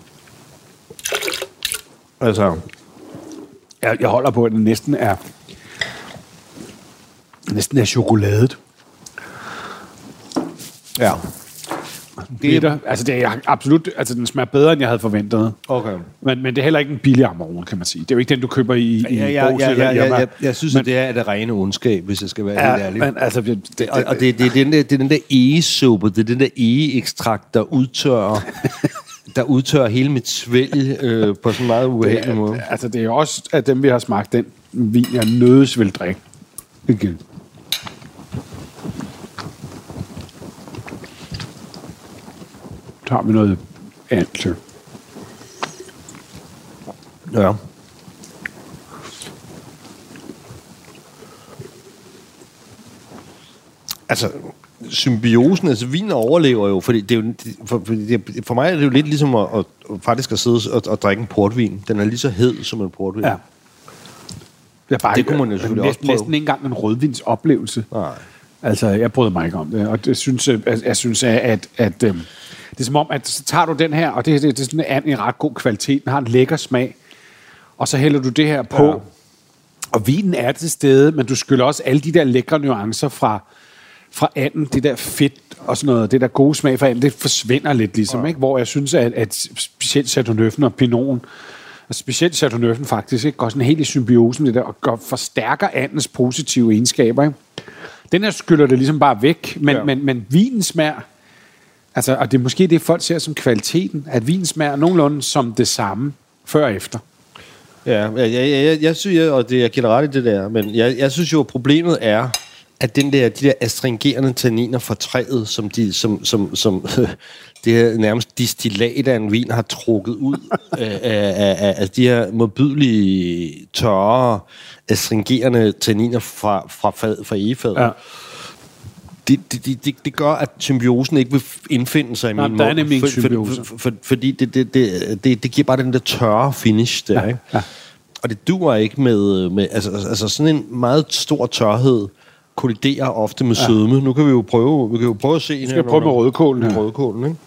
Altså... Jeg holder på, at den næsten er chokoladet. Ja. Det er absolut... Altså, den smager bedre, end jeg havde forventet. Okay. Men det er heller ikke en billig Amarone, kan man sige. Det er jo ikke den, du køber i jeg synes, at det er det rene ondskab, hvis jeg skal være helt ærlig. Men, altså, det er den der egesuppe, det er den der egeekstrakt, der udtørrer hele mit svælg på sådan en meget ubehagelig måde. Altså, det er jo også, at dem, vi har smagt, den vin, jeg nødes vil drikke. Igen. Tager vi noget andet. Ja. Altså, symbiosen, altså vinen overlever jo, fordi det er jo, for mig er det jo lidt ligesom at faktisk at sidde og drikke en portvin. Den er lige så hed som en portvin. Ja. Det kunne man jo selvfølgelig også prøve. Næsten ikke engang en rødvinsoplevelse. Nej. Altså, jeg brød mig ikke om det, og jeg synes, at det er som om, at så tager du den her, og det er sådan en ret god kvalitet, den har en lækker smag, og så hælder du det her på. Ja. Og vinen er til stede, men du skyller også alle de der lækre nuancer fra anden, det der fedt og sådan noget, det der gode smag fra anden, det forsvinder lidt ligesom, ikke? Hvor jeg synes, at specielt Chateauneuf'en og Pinoten, og specielt Chateauneuf'en faktisk, ikke, går sådan helt i symbiosen det der, og forstærker andens positive egenskaber, ikke? Den her skyller det ligesom bare væk, men vinen smager, altså, og det er måske det, folk ser som kvaliteten, at vinen smager nogenlunde som det samme før og efter. Ja, jeg synes, og det er giver ret i det der, men jeg synes jo, at problemet er, at de der astringerende tanniner fra træet, som det her nærmest distillat af en vin har trukket ud af de her modbydelige, tørre, astringerende tanniner fra egefadet. Ja. Det gør, at symbiosen ikke vil indfinde sig i min mund. Der er nemlig ikke symbiose. Fordi det giver bare den der tørre finish der, ikke? Ja. Og det duer ikke med altså sådan en meget stor tørhed kolliderer ofte med sødme. Nu kan vi jo prøve at se en her. Vi skal prøve med rødkålen her. Rødkålen, ikke?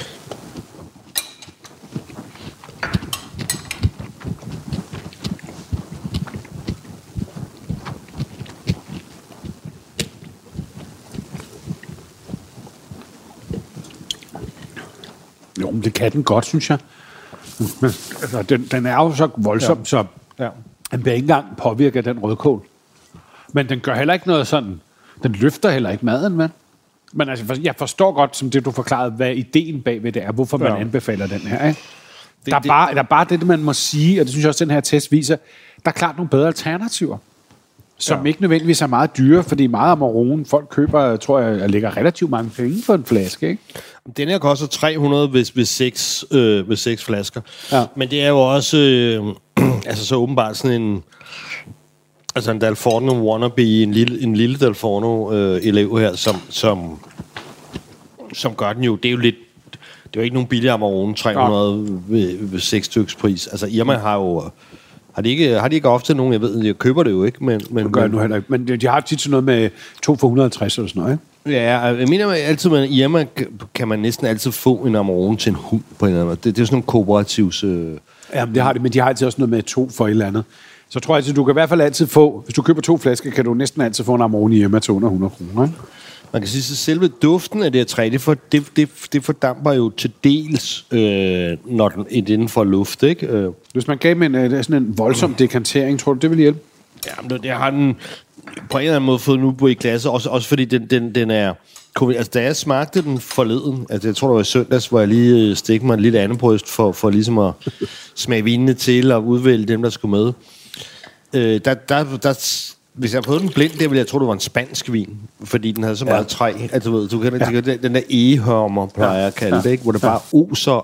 Jo, men det kan den godt, synes jeg. Men altså, den er jo så voldsom, så den bliver ikke engang påvirket af den rødkål. Men den gør heller ikke noget sådan. Den løfter heller ikke maden, med. Men altså, jeg forstår godt, som det du forklarede, hvad ideen bagved det er, hvorfor man anbefaler den her. Ikke? Der er bare det, man må sige, og det synes jeg også, den her test viser, der er klart nogle bedre alternativer, som ikke nødvendigvis er meget dyre, fordi meget Amarone, folk køber, tror jeg, lægger relativt mange penge for en flaske, ikke? Den her koster 300 ved 6 flasker. Ja. Men det er jo også altså så åbenbart sådan en altså en Dalforno wannabe, en lille Dalforno elev her, som gør den jo. Det er jo lidt, det er jo ikke nogen billig Amarone 300 ved 6 styks pris. Altså Irma har jo har de ikke ofte nogen, jeg ved, jeg køber det jo ikke, men det gør jeg nu heller ikke. Men de har tit sådan noget med 2 for 150 eller sådan noget, ikke? Ja, jeg mener altid, at i Irma kan man næsten altid få en Amarone til en hund på en eller anden. Det er sådan nogle kooperativs. Ja, det har de, men de har altid også noget med 2 for et eller andet. Så tror jeg, at du kan i hvert fald altid få, hvis du køber 2 flasker, kan du næsten altid få en Amarone i Irma til under 100 kroner, ikke? Man kan sige, at selve duften af det her træ, det fordamper jo til dels, når den er inden for luft, ikke? Hvis man gav med sådan en voldsom dekantering, tror du, det vil hjælpe? Ja, men det har den på en eller anden måde fået nu på i klasse, også fordi den er... Altså, da jeg smagte den forleden, altså jeg tror, det var i søndags, hvor jeg lige stikte mig en lille andet bryst for ligesom at smage vinene til og udvælge dem, der skulle med. Hvis jeg prøvede den blind, der ville jeg tro, det var en spansk vin, fordi den havde så meget træ. Altså, du kan den der egehørmer, plejer jeg at kalde det, ikke? Hvor det bare oser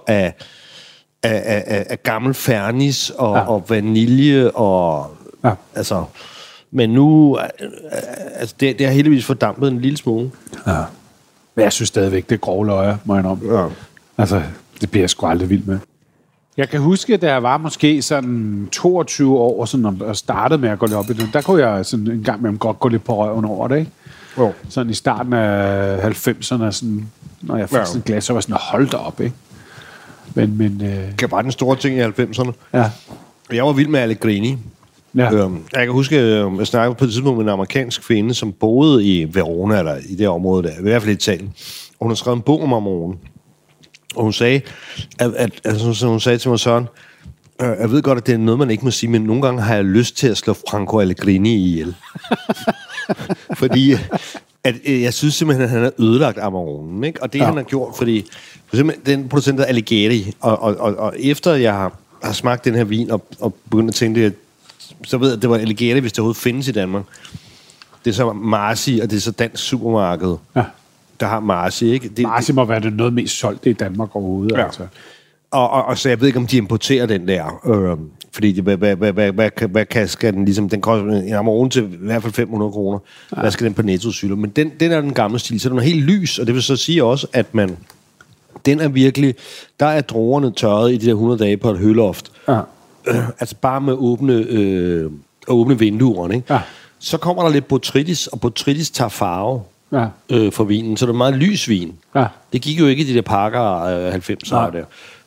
af gammel fernis og vanilje og... Altså... Men nu, altså det har heldigvis fordampet en lille smule. Ja. Men jeg synes stadigvæk, det er grove løjer, må jeg om. Ja. Altså, det bliver jeg sgu aldrig vild med. Jeg kan huske, da jeg var måske sådan 22 år sådan, og startede med at gå lidt op i det, der kunne jeg sådan en gang med godt gå lidt på røven over det, ikke? Jo. Sådan i starten af 90'erne, sådan, når jeg fik sådan et glas, så var sådan, hold da op, ikke? Men det var den store ting i 90'erne. Ja. Jeg var vild med Allegrini. Ja. Jeg kan huske, jeg snakkede på et tidspunkt med en amerikansk kvinde, som boede i Verona, eller i det område der, i hvert fald i Italien. Og hun har skrevet en bog om Amarone. Og hun sagde, hun sagde til mig, Søren, jeg ved godt, at det er noget, man ikke må sige, men nogle gange har jeg lyst til at slå Franco Allegrini ihjel. Fordi jeg synes simpelthen, at han har ødelagt Amaronen, ikke? Og det han har gjort, fordi for eksempel, den producent hedder Allegri, og efter jeg har smagt den her vin, og begyndt at tænke det, så ved jeg, at det var Allegri, hvis det overhovedet findes i Danmark. Det er så Marci, og det er så dansk supermarked, der har Marci, ikke? Marci må være det noget mest solgte i Danmark overhovedet, altså. Og så jeg ved ikke, om de importerer den der, fordi hvad skal den ligesom, den koster en Amarone til i hvert fald 500 kroner. Hvad skal den på Netto sylde? Men den er den gamle stil, så den er helt lys, og det vil så sige også, at den er virkelig, der er druerne tørret i de der 100 dage på et høloft. Ja. Altså bare med åbne vinduerne, ikke? Ja. Så kommer der lidt botrytis, og botrytis tager farve for vinen, så det er meget lys vin. Ja. Det gik jo ikke i de der pakker 90'ere der.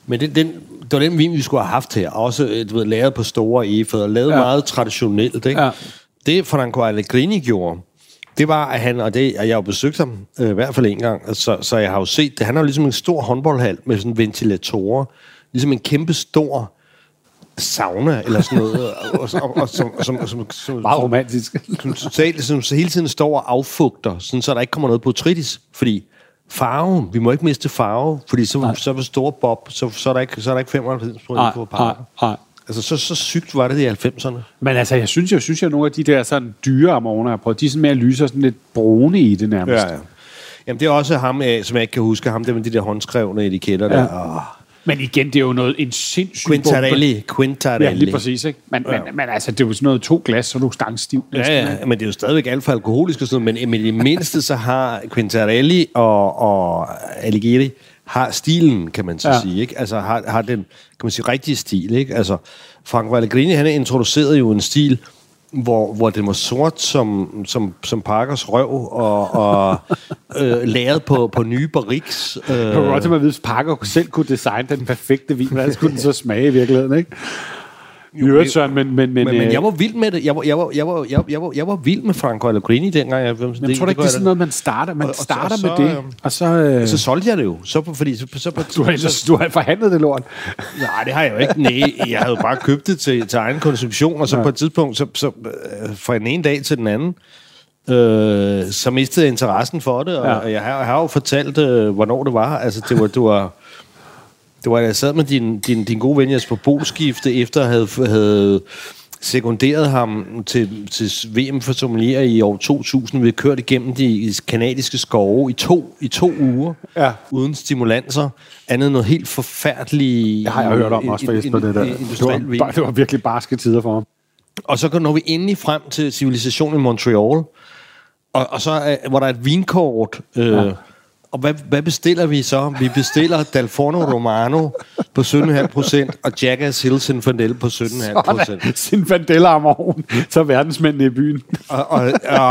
Men det var den vin, vi skulle have haft her. Også lavet på store egefødder. Lavet meget traditionelt, ikke? Ja. Det Franco Allegrini gjorde, det var, at han, og jeg har jo besøgt ham i hvert fald en gang, så jeg har jo set det. Han har jo ligesom en stor håndboldhal med sådan ventilatorer. Ligesom en kæmpe stor sauna, eller sådan noget. Som meget romantisk. Som hele tiden står og affugter, sådan, så der ikke kommer noget botrytis. Fordi farven, vi må ikke miste farve, fordi så er store bob, så er der ikke 95% på parken. Altså, så sygt var det i 90'erne. Men altså, jeg synes, at nogle af de der sådan dyre Amaroner, jeg prøver, de er sådan mere lyser, sådan lidt brune i det nærmest. Ja. Jamen, det er også ham, som jeg ikke kan huske, ham der med de der håndskrevne etiketter der. Men igen, det er jo noget en sindssygt... Quintarelli. Ja, lige præcis, ikke? Men altså, det er jo sådan noget 2 glas, så er du stangstiv. Ja, men det er jo stadigvæk alt for alkoholisk og sådan noget, men i det mindste så har Quintarelli og Allegrini har stilen, kan man så sige, ikke? Altså har den, kan man sige, rigtige stil, ikke? Altså, Franco Allegrini, han introducerede jo en stil, hvor det var sort som Parkers røv og lavet på nye barriques. Det var godt til at vide, at Parker selv kunne designe den perfekte vin, hvordan skulle den så smage i virkeligheden, ikke? Men jeg var vild med det. Jeg var vild med Franco Allegrini dengang. Jeg tror ikke, det er sådan noget, man starter. Man starter med det, og så... Så solgte jeg det jo. Du har forhandlet det lort. Nej, det har jeg jo ikke. Nej, jeg havde bare købt det til egen konsumtion, og så på et tidspunkt, så fra den ene dag til den anden, så mistede jeg interessen for det, og jeg har jo fortalt, hvornår det var. Altså, det var, jeg sad med din gode ven Jesper Boskifte, efter at havde sekunderet ham til VM for sommelier i år 2000. Vi kørte igennem de kanadiske skove i to uger, uden stimulanser. Andet noget helt forfærdeligt. Jeg har hørt om også for Jesper, det der. Det var virkelig barske tider for ham. Og så når vi endelig frem til civilisationen i Montreal, og så var der et vinkort. Og hvad bestiller vi så? Vi bestiller Dalforno Romano på 17,5% og Jackass Hill Zinfandel på 17,5%. Zinfandel Amaron, så verdensmændene i byen. Og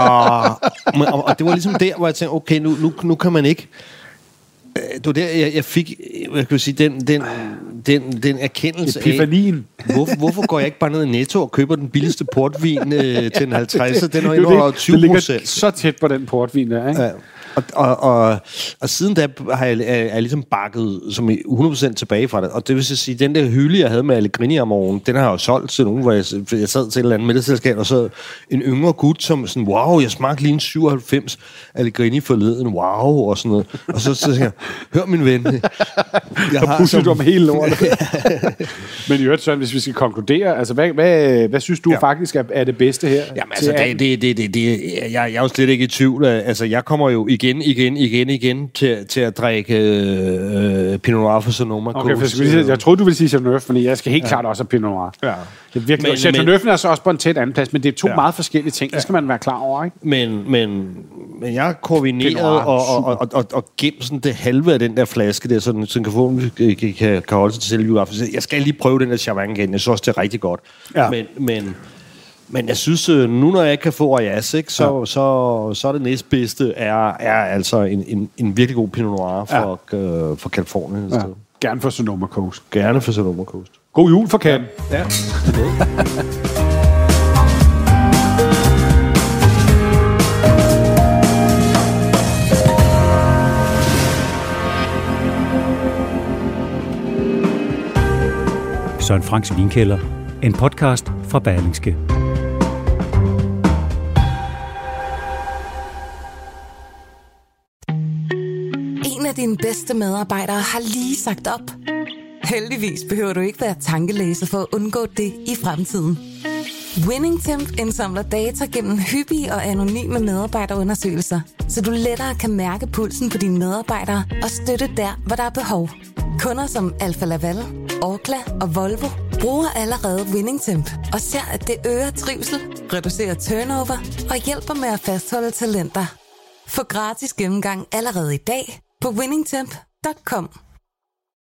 det var ligesom der, hvor jeg tænkte, okay, nu kan man ikke... Det var der, jeg fik, jeg kan sige, den erkendelse Epifanien. af, hvorfor går jeg ikke bare ned i Netto og køber den billigste portvin til en 50'er? Den er indeholder 20%. Det ligger så tæt på den portvin der, ikke? Ja. Og siden da har jeg ligesom bakket som 100% tilbage fra det. Og det vil sige, den der hylde, jeg havde med Allegrini Amaron, den har jeg jo solgt til nogen, hvor jeg sad til et eller andet middagsselskab, og så en yngre gut, som sådan, wow, jeg smagte lige en 97 Allegrini forleden, wow, og sådan noget. Og så siger jeg, hør min ven. Jeg har pusset om hele lortet. Men i øvrigt, Søren, hvis vi skal konkludere, altså hvad synes du faktisk er det bedste her? Jamen altså, jeg er jo slet ikke i tvivl. Altså, jeg kommer jo igen til at drikke Pinot Noir for Sonoma. Okay, jeg troede, du ville sige Chateauneuf, fordi jeg skal helt klart også have Pinot Noir. Ja. Det er virkelig. Chateauneuf er så også på en tæt anden plads, men det er 2 meget forskellige ting. Det skal man være klar over, ikke? Men jeg har koordineret og gemt sådan det halve af den der flaske der, så den kan holde sig til selv juleaften. Jeg skal lige prøve den der Champagne igen. Jeg synes også, det er rigtig godt. Ja. Men jeg synes, nu når jeg ikke kan få Royas, ikke, så er det næstbedste er altså en virkelig god Pinot Noir for Californien. Ja. Gerne for Sonoma Coast. Gerne for Sonoma Coast. God jul for Ken. Ja. Søren Franks Vinkælder. En podcast fra Berlingske. En af dine bedste medarbejdere har lige sagt op. Heldigvis behøver du ikke være tankelæser for at undgå det i fremtiden. WinningTemp indsamler data gennem hyppige og anonyme medarbejderundersøgelser, så du lettere kan mærke pulsen på dine medarbejdere og støtte der, hvor der er behov. Kunder som Alfa Laval, Orkla og Volvo bruger allerede WinningTemp og ser, at det øger trivsel, reducerer turnover og hjælper med at fastholde talenter. Få gratis gennemgang allerede i dag på winningtemp.com.